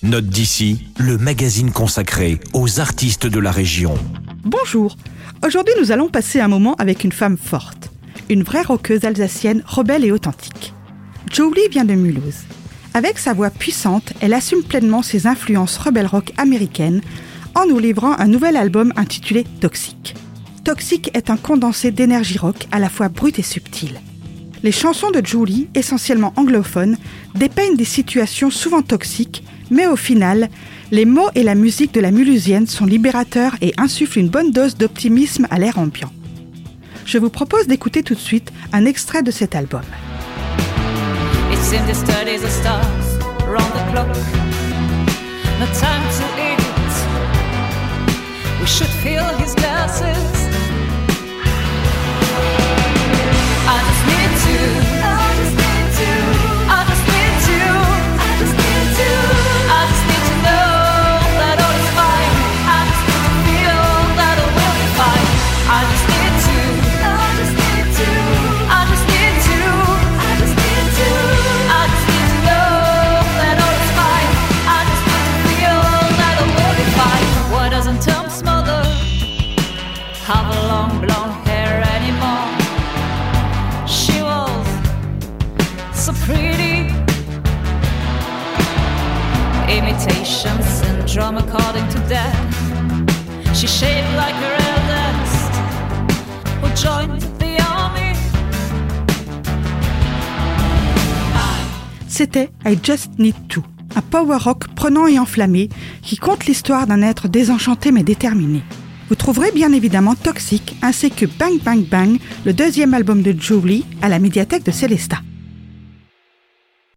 Note d'ici, le magazine consacré aux artistes de la région. Bonjour, aujourd'hui nous allons passer un moment avec une femme forte, une vraie rockeuse alsacienne rebelle et authentique. Jolie vient de Mulhouse. Avec sa voix puissante, elle assume pleinement ses influences rebelle rock américaines en nous livrant un nouvel album intitulé Toxic. Toxic est un condensé d'énergie rock à la fois brute et subtile. Les chansons de Jolie, essentiellement anglophones, dépeignent des situations souvent toxiques, mais au final, les mots et la musique de la mulhousienne sont libérateurs et insufflent une bonne dose d'optimisme à l'air ambiant. Je vous propose d'écouter tout de suite un extrait de cet album. It's in the studies of stars around the clock. No time to eat. We should fill his glasses. I just need to. I just need to. I just need to. I just need to. I just need to know that all is fine. I just need to feel that all will be fine. I just need to. I just need to. I just need to. I just need to. I just need to know that all is fine. I just need to feel that all will be fine. Why doesn't Tom's mother have a long blonde hair anymore? She was so pretty. Imitation syndrome according to Dad. She shaved like her eldest, who joined the army. C'était I Just Need To, un power rock prenant et enflammé qui conte l'histoire d'un être désenchanté mais déterminé. Vous trouverez bien évidemment Toxic ainsi que Bang Bang Bang, le deuxième album de Jolie, à la médiathèque de Célestat.